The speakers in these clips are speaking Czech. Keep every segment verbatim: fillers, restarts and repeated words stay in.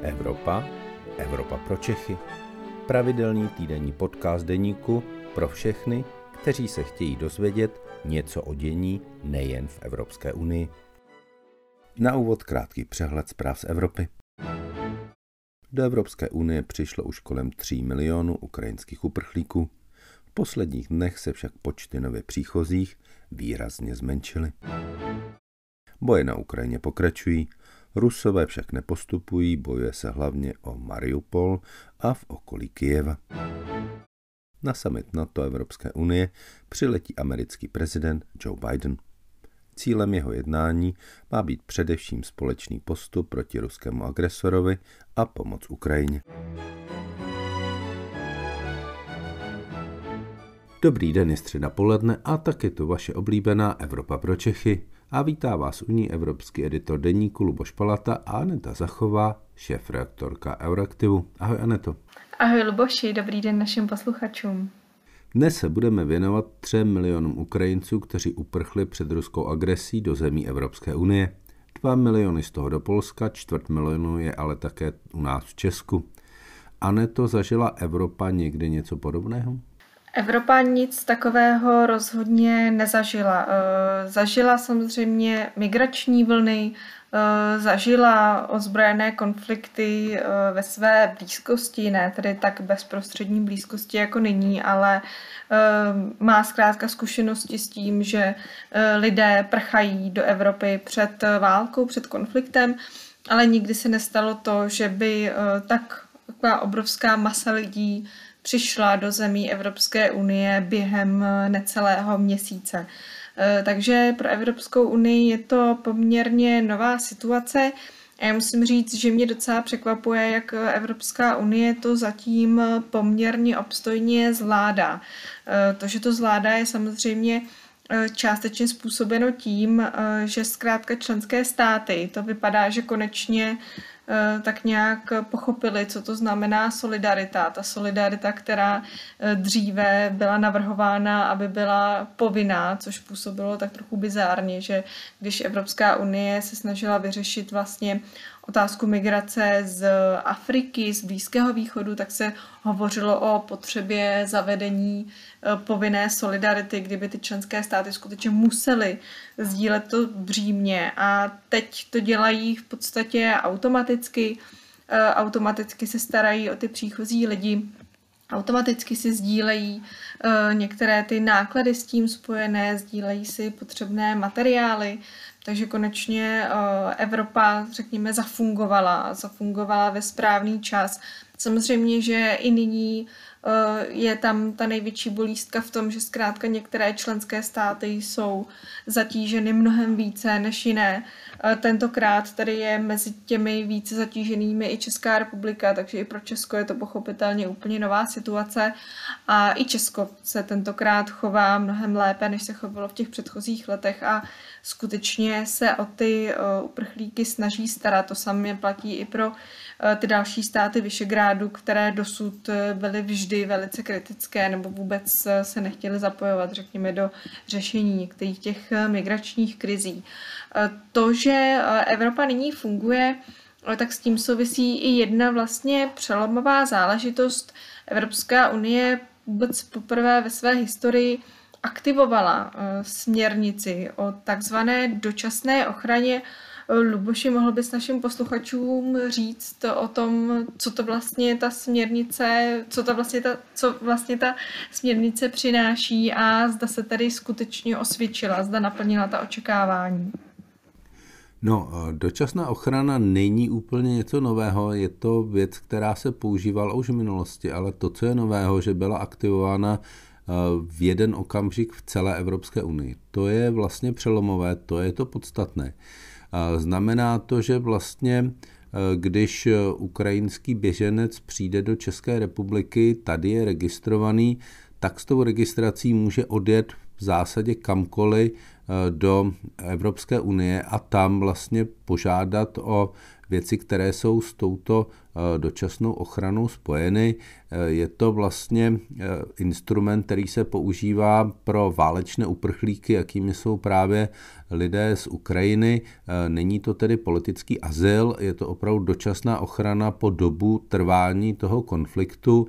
Evropa, Evropa pro Čechy. Pravidelný týdenní podcast deníku pro všechny, kteří se chtějí dozvědět něco o dění nejen v Evropské unii. Na úvod krátký přehled zpráv z Evropy. Do Evropské unie přišlo už kolem tří milionů ukrajinských uprchlíků. V posledních dnech se však počty nově příchozích výrazně zmenšily. Boje na Ukrajině pokračují, Rusové však nepostupují, bojuje se hlavně o Mariupol a v okolí Kyjeva. Na summit NATO Evropské unie přiletí americký prezident Joe Biden. Cílem jeho jednání má být především společný postup proti ruskému agresorovi a pomoc Ukrajině. Dobrý den, je středa poledne a tak je to vaše oblíbená Evropa pro Čechy. A vítá vás u ní evropský editor deníku Luboš Palata a Aneta Zachová, šéfredaktorka Euraktivu. Ahoj Aneto. Ahoj Luboši, dobrý den našim posluchačům. Dnes se budeme věnovat třem milionům Ukrajinců, kteří uprchli před ruskou agresí do zemí Evropské unie. Dva miliony z toho do Polska, čtvrt milionu je ale také u nás v Česku. Aneto, zažila Evropa někdy něco podobného? Evropa nic takového rozhodně nezažila. Zažila samozřejmě migrační vlny, zažila ozbrojené konflikty ve své blízkosti, ne tedy tak bezprostřední blízkosti jako nyní, ale má zkrátka zkušenosti s tím, že lidé prchají do Evropy před válkou, před konfliktem, ale nikdy se nestalo to, že by tak taková obrovská masa lidí přišla do zemí Evropské unie během necelého měsíce. Takže pro Evropskou unii je to poměrně nová situace a já musím říct, že mě docela překvapuje, jak Evropská unie to zatím poměrně obstojně zvládá. To, že to zvládá, je samozřejmě částečně způsobeno tím, že zkrátka členské státy, to vypadá, že konečně tak nějak pochopili, co to znamená solidarita. Ta solidarita, která dříve byla navrhována, aby byla povinná, což působilo tak trochu bizárně, že když Evropská unie se snažila vyřešit vlastně otázku migrace z Afriky, z Blízkého východu, tak se hovořilo o potřebě zavedení povinné solidarity, kdyby ty členské státy skutečně musely sdílet to břímě. A teď to dělají v podstatě automaticky. Automaticky se starají o ty příchozí lidi, automaticky si sdílejí některé ty náklady s tím spojené, sdílejí si potřebné materiály. Takže konečně Evropa, řekněme, zafungovala, zafungovala ve správný čas. Samozřejmě, že i nyní je tam ta největší bolístka v tom, že zkrátka některé členské státy jsou zatíženy mnohem více než jiné. Tentokrát tady je mezi těmi více zatíženými i Česká republika, takže i pro Česko je to pochopitelně úplně nová situace. A i Česko se tentokrát chová mnohem lépe, než se chovalo v těch předchozích letech a skutečně se o ty uprchlíky snaží starat. To samé platí i pro ty další státy Visegrádu, které dosud byly vždy velice kritické nebo vůbec se nechtěly zapojovat, řekněme, do řešení některých těch migračních krizí. To, že Evropa nyní funguje, tak s tím souvisí i jedna vlastně přelomová záležitost. Evropská unie vůbec poprvé ve své historii aktivovala směrnici o takzvané dočasné ochraně. Luboši, mohl bys našim posluchačům říct o tom, co to vlastně ta směrnice, co to vlastně ta, co vlastně ta směrnice přináší a zda se tady skutečně osvědčila, zda naplnila ta očekávání? No, dočasná ochrana není úplně něco nového, je to věc, která se používala už v minulosti, ale to, co je nového, že byla aktivována v jeden okamžik v celé Evropské unii. To je vlastně přelomové, to je to podstatné. Znamená to, že vlastně, když ukrajinský běženec přijde do České republiky, tady je registrovaný, tak s tou registrací může odjet v zásadě kamkoliv do Evropské unie a tam vlastně požádat o věci, které jsou s touto dočasnou ochranou spojeny. Je to vlastně instrument, který se používá pro válečné uprchlíky, jakými jsou právě lidé z Ukrajiny. Není to tedy politický azyl, je to opravdu dočasná ochrana po dobu trvání toho konfliktu.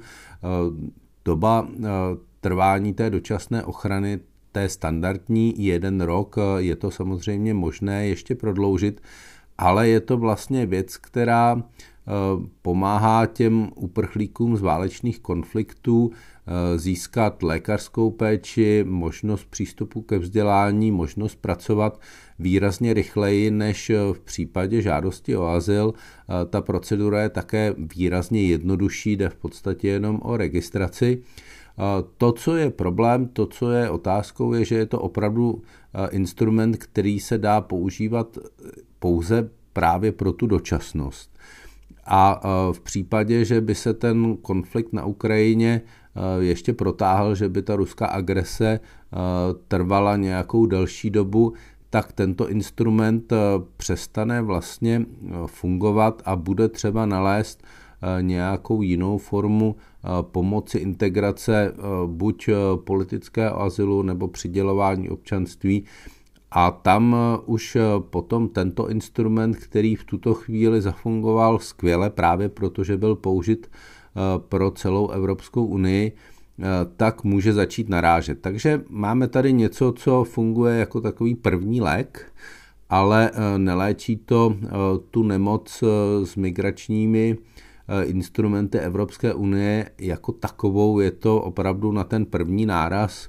Doba trvání té dočasné ochrany, té standardní, jeden rok, je to samozřejmě možné ještě prodloužit, ale je to vlastně věc, která pomáhá těm uprchlíkům z válečných konfliktů získat lékařskou péči, možnost přístupu ke vzdělání, možnost pracovat výrazně rychleji než v případě žádosti o azyl. Ta procedura je také výrazně jednodušší, jde v podstatě jenom o registraci. To, co je problém, to, co je otázkou, je, že je to opravdu instrument, který se dá používat pouze právě pro tu dočasnost. A v případě, že by se ten konflikt na Ukrajině ještě protáhl, že by ta ruská agrese trvala nějakou delší dobu, tak tento instrument přestane vlastně fungovat a bude třeba nalézt nějakou jinou formu pomoci integrace buď politického azylu nebo přidělování občanství. A tam už potom tento instrument, který v tuto chvíli zafungoval skvěle právě protože byl použit pro celou Evropskou unii, tak může začít narážet. Takže máme tady něco, co funguje jako takový první lék, ale neléčí to tu nemoc s migračními instrumenty Evropské unie jako takovou. Je to opravdu na ten první náraz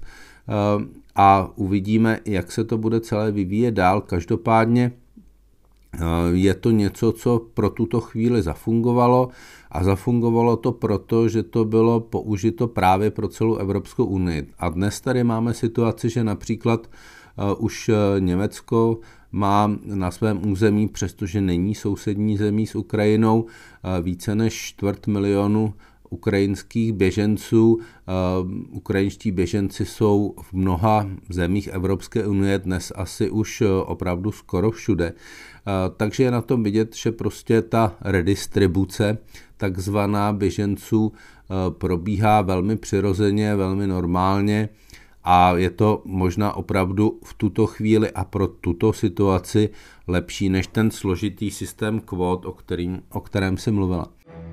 a uvidíme, jak se to bude celé vyvíjet dál. Každopádně je to něco, co pro tuto chvíli zafungovalo a zafungovalo to proto, že to bylo použito právě pro celou Evropskou unii. A dnes tady máme situaci, že například už Německo má na svém území, přestože není sousední zemí s Ukrajinou, více než čtvrt milionu ukrajinských běženců. Ukrajinští běženci jsou v mnoha zemích Evropské unie dnes asi už opravdu skoro všude. Takže je na tom vidět, že prostě ta redistribuce takzvaná běženců probíhá velmi přirozeně, velmi normálně a je to možná opravdu v tuto chvíli a pro tuto situaci lepší než ten složitý systém kvót, o, kterým, o kterém jsem mluvila.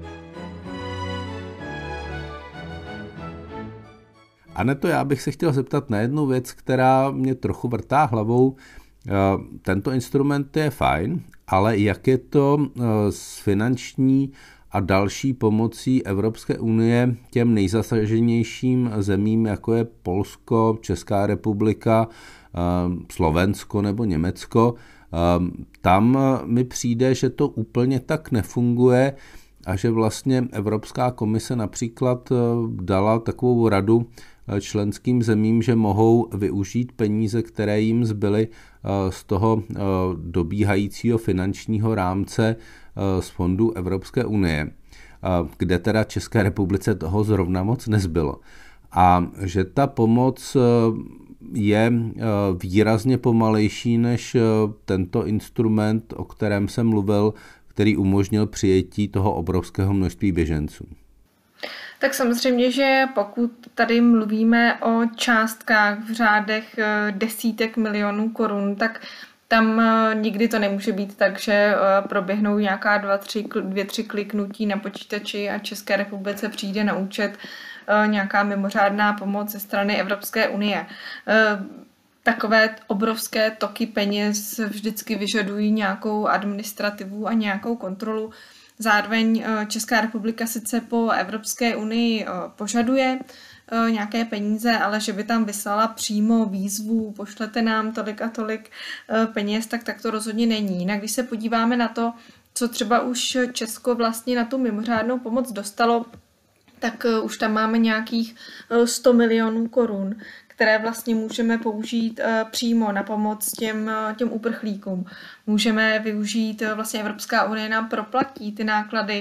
Aneto, já bych se chtěl zeptat na jednu věc, která mě trochu vrtá hlavou. Tento instrument je fajn, ale jak je to s finanční a další pomocí Evropské unie těm nejzasaženějším zemím, jako je Polsko, Česká republika, Slovensko nebo Německo. Tam mi přijde, že to úplně tak nefunguje a že vlastně Evropská komise například dala takovou radu členským zemím, že mohou využít peníze, které jim zbyly z toho dobíhajícího finančního rámce z fondů Evropské unie, kde teda České republice toho zrovna moc nezbylo. A že ta pomoc je výrazně pomalejší než tento instrument, o kterém jsem mluvil, který umožnil přijetí toho obrovského množství běženců. Tak samozřejmě, že pokud tady mluvíme o částkách v řádech desítek milionů korun, tak tam nikdy to nemůže být tak, že proběhnou nějaká dva, tři, dvě, tři kliknutí na počítači a České republice přijde na účet nějaká mimořádná pomoc ze strany Evropské unie. Takové obrovské toky peněz vždycky vyžadují nějakou administrativu a nějakou kontrolu. Zároveň Česká republika sice po Evropské unii požaduje nějaké peníze, ale že by tam vyslala přímo výzvu, pošlete nám tolik a tolik peněz, tak tak to rozhodně není. Jinak když se podíváme na to, co třeba už Česko vlastně na tu mimořádnou pomoc dostalo, tak už tam máme nějakých sto milionů korun, které vlastně můžeme použít přímo na pomoc těm, těm uprchlíkům. Můžeme využít, vlastně Evropská unie nám proplatí ty náklady,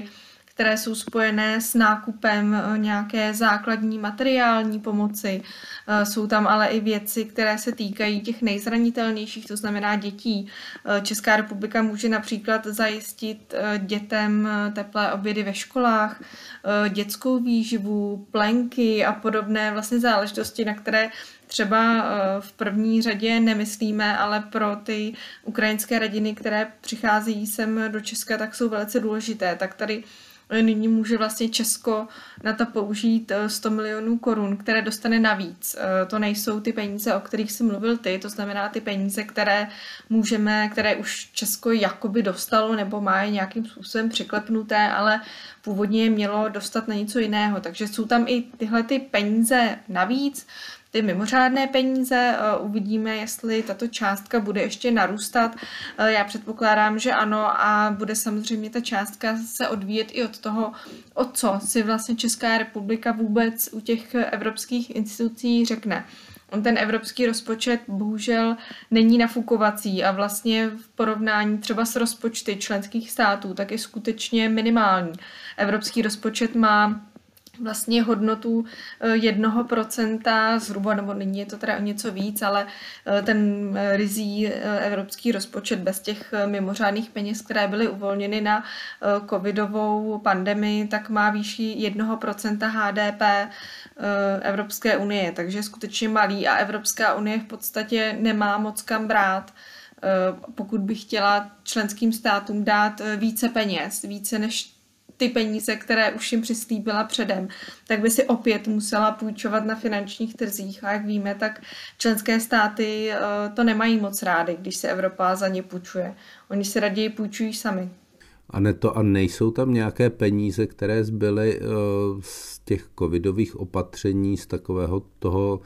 které jsou spojené s nákupem nějaké základní materiální pomoci. Jsou tam ale i věci, které se týkají těch nejzranitelnějších, to znamená dětí. Česká republika může například zajistit dětem teplé obědy ve školách, dětskou výživu, plenky a podobné vlastně záležitosti, na které třeba v první řadě nemyslíme, ale pro ty ukrajinské rodiny, které přicházejí sem do Česka, tak jsou velice důležité. Tak tady nyní může vlastně Česko na to použít sto milionů korun, které dostane navíc. To nejsou ty peníze, o kterých jsi mluvil ty, to znamená ty peníze, které můžeme, které už Česko jakoby dostalo nebo má je nějakým způsobem přiklepnuté, ale původně je mělo dostat na něco jiného. Takže jsou tam i tyhle ty peníze navíc, ty mimořádné peníze. Uvidíme, jestli tato částka bude ještě narůstat. Já předpokládám, že ano, a bude samozřejmě ta částka se odvíjet i od toho, o co si vlastně Česká republika vůbec u těch evropských institucí řekne. On ten evropský rozpočet bohužel není nafukovací a vlastně v porovnání třeba s rozpočty členských států tak je skutečně minimální. Evropský rozpočet má vlastně hodnotu jednoho procenta zhruba, nebo nyní je to teda o něco víc, ale ten rizí evropský rozpočet bez těch mimořádných peněz, které byly uvolněny na covidovou pandemii, tak má výši jednoho procenta H D P Evropské unie, takže je skutečně malý a Evropská unie v podstatě nemá moc kam brát. Pokud by chtěla členským státům dát více peněz, více než ty peníze, které už jim přislíbila předem, tak by si opět musela půjčovat na finančních trzích. A jak víme, tak členské státy to nemají moc rády, když se Evropa za ně půjčuje. Oni si raději půjčují sami. A, ne to, a nejsou tam nějaké peníze, které zbyly z těch covidových opatření, z takového toho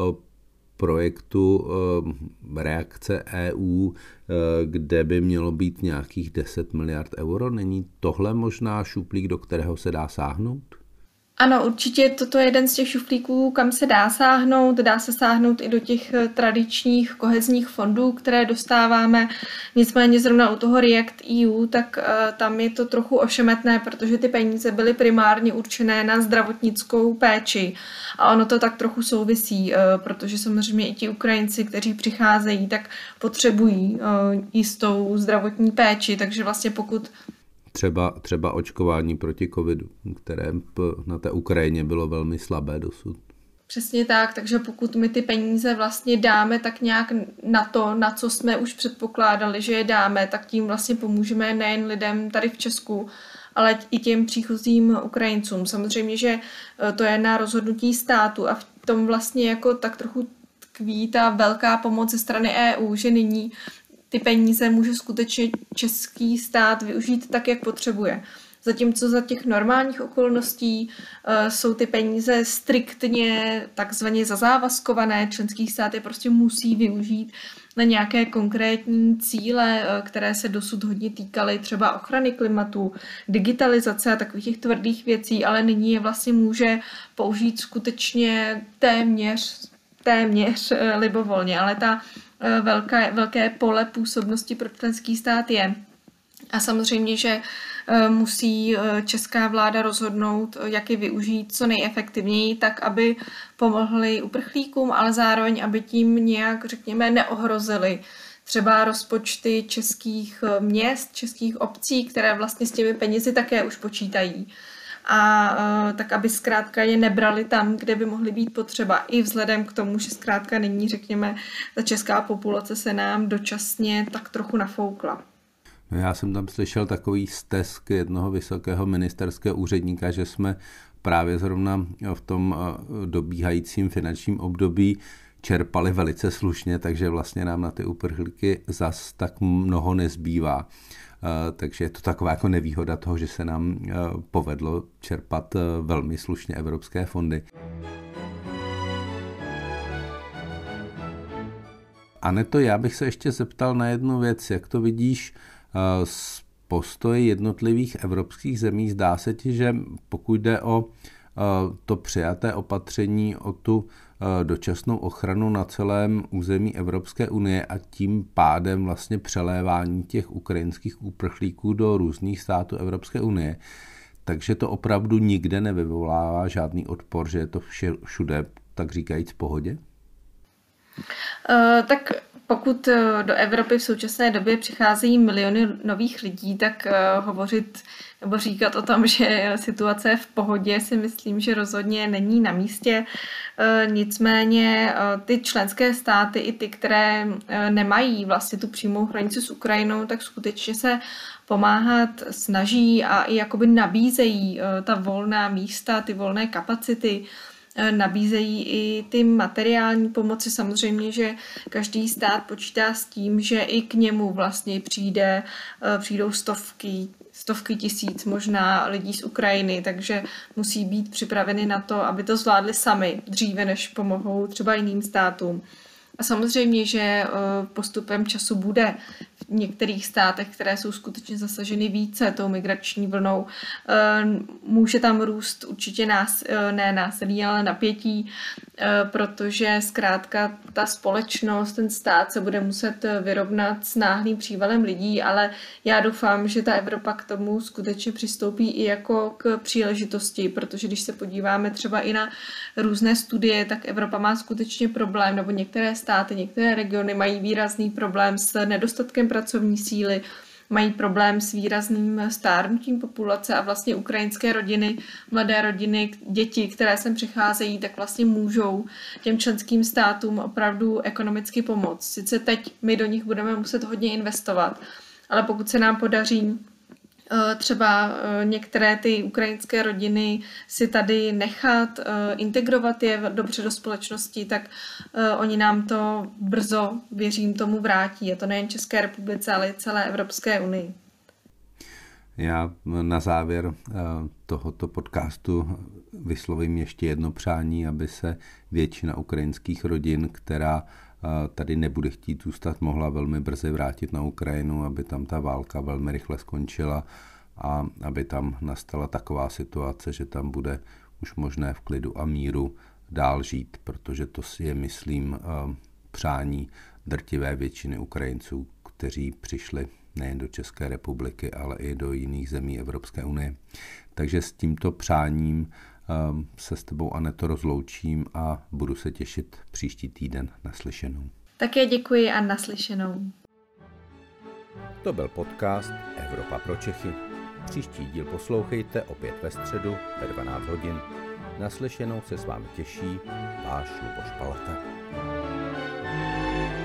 projektu reakce E U, kde by mělo být nějakých deset miliard euro? Není tohle možná šuplík, do kterého se dá sáhnout? Ano, určitě toto je jeden z těch šuflíků, kam se dá sáhnout. Dá se sáhnout i do těch tradičních kohezních fondů, které dostáváme. Nicméně zrovna u toho React E U, tak uh, tam je to trochu ošemetné, protože ty peníze byly primárně určené na zdravotnickou péči. A ono to tak trochu souvisí, uh, protože samozřejmě i ti Ukrajinci, kteří přicházejí, tak potřebují uh, jistou zdravotní péči, takže vlastně pokud Třeba, třeba očkování proti covidu, které na té Ukrajině bylo velmi slabé dosud. Přesně tak, takže pokud my ty peníze vlastně dáme tak nějak na to, na co jsme už předpokládali, že je dáme, tak tím vlastně pomůžeme nejen lidem tady v Česku, ale i těm příchozím Ukrajincům. Samozřejmě, že to je na rozhodnutí státu a v tom vlastně jako tak trochu tkví ta velká pomoc ze strany E U, že nyní ty peníze může skutečně český stát využít tak, jak potřebuje. Zatímco za těch normálních okolností uh, jsou ty peníze striktně takzvaně zazávazkované, členský stát je prostě musí využít na nějaké konkrétní cíle, uh, které se dosud hodně týkaly třeba ochrany klimatu, digitalizace a takových těch tvrdých věcí, ale nyní je vlastně může použít skutečně téměř, téměř uh, libovolně, ale ta Velké, velké pole působnosti pro členský stát je. A samozřejmě, že musí česká vláda rozhodnout, jak je využít co nejefektivněji, tak aby pomohli uprchlíkům, ale zároveň, aby tím nějak, řekněme, neohrozili třeba rozpočty českých měst, českých obcí, které vlastně s těmi penězi také už počítají. A tak, aby zkrátka je nebrali tam, kde by mohly být potřeba. I vzhledem k tomu, že zkrátka nyní, řekněme, ta česká populace se nám dočasně tak trochu nafoukla. No já jsem tam slyšel takový stesk jednoho vysokého ministerského úředníka, že jsme právě zrovna v tom dobíhajícím finančním období čerpali velice slušně, takže vlastně nám na ty uprchlíky zas tak mnoho nezbývá. Takže je to taková jako nevýhoda toho, že se nám povedlo čerpat velmi slušně evropské fondy. Aneto, já bych se ještě zeptal na jednu věc. Jak to vidíš z postoje jednotlivých evropských zemí? Zdá se ti, že pokud jde o to přijaté opatření, o tu dočasnou ochranu na celém území Evropské unie a tím pádem vlastně přelévání těch ukrajinských uprchlíků do různých států Evropské unie, Takže to opravdu nikde nevyvolává žádný odpor, že je to vše, všude, tak říkajíc, v pohodě? Uh, tak pokud do Evropy v současné době přicházejí miliony nových lidí, tak uh, hovořit nebo říkat o tom, že situace je v pohodě, si myslím, že rozhodně není na místě. Uh, nicméně uh, ty členské státy, i ty, které uh, nemají vlastně tu přímou hranici s Ukrajinou, tak skutečně se pomáhat snaží a i jakoby nabízejí uh, ta volná místa, ty volné kapacity, nabízejí i ty materiální pomoci. Samozřejmě, že každý stát počítá s tím, že i k němu vlastně přijde, přijdou stovky, stovky tisíc možná lidí z Ukrajiny, takže musí být připraveny na to, aby to zvládli sami dříve, než pomohou třeba jiným státům. A samozřejmě, že postupem času bude v některých státech, které jsou skutečně zasaženy více tou migrační vlnou, může tam růst určitě nás, ne násilí, ale napětí, protože zkrátka ta společnost, ten stát se bude muset vyrovnat s náhlým přívalem lidí, ale já doufám, že ta Evropa k tomu skutečně přistoupí i jako k příležitosti, protože když se podíváme třeba i na různé studie, tak Evropa má skutečně problém, nebo některé státy, některé regiony mají výrazný problém s nedostatkem pracovní síly, mají problém s výrazným stárnutím populace a vlastně ukrajinské rodiny, mladé rodiny, děti, které sem přicházejí, tak vlastně můžou těm členským státům opravdu ekonomicky pomoct. Sice teď my do nich budeme muset hodně investovat, ale pokud se nám podaří třeba některé ty ukrajinské rodiny si tady nechat, integrovat je dobře do společnosti, tak oni nám to brzo, věřím tomu, vrátí. Je to nejen České republice, ale i celé Evropské unii. Já na závěr tohoto podcastu vyslovím ještě jedno přání, aby se většina ukrajinských rodin, která tady nebude chtít zůstat, mohla velmi brzy vrátit na Ukrajinu, aby tam ta válka velmi rychle skončila a aby tam nastala taková situace, že tam bude už možné v klidu a míru dál žít, protože to si je, myslím, přání drtivé většiny Ukrajinců, kteří přišli nejen do České republiky, ale i do jiných zemí Evropské unie. Takže s tímto přáním se s tebou, Aneto, rozloučím a budu se těšit příští týden naslyšenou. Také děkuji a naslyšenou. To byl podcast Evropa pro Čechy. Příští díl poslouchejte opět ve středu ve dvanáct hodin. Naslyšenou se s vámi těší váš Luboš Palata.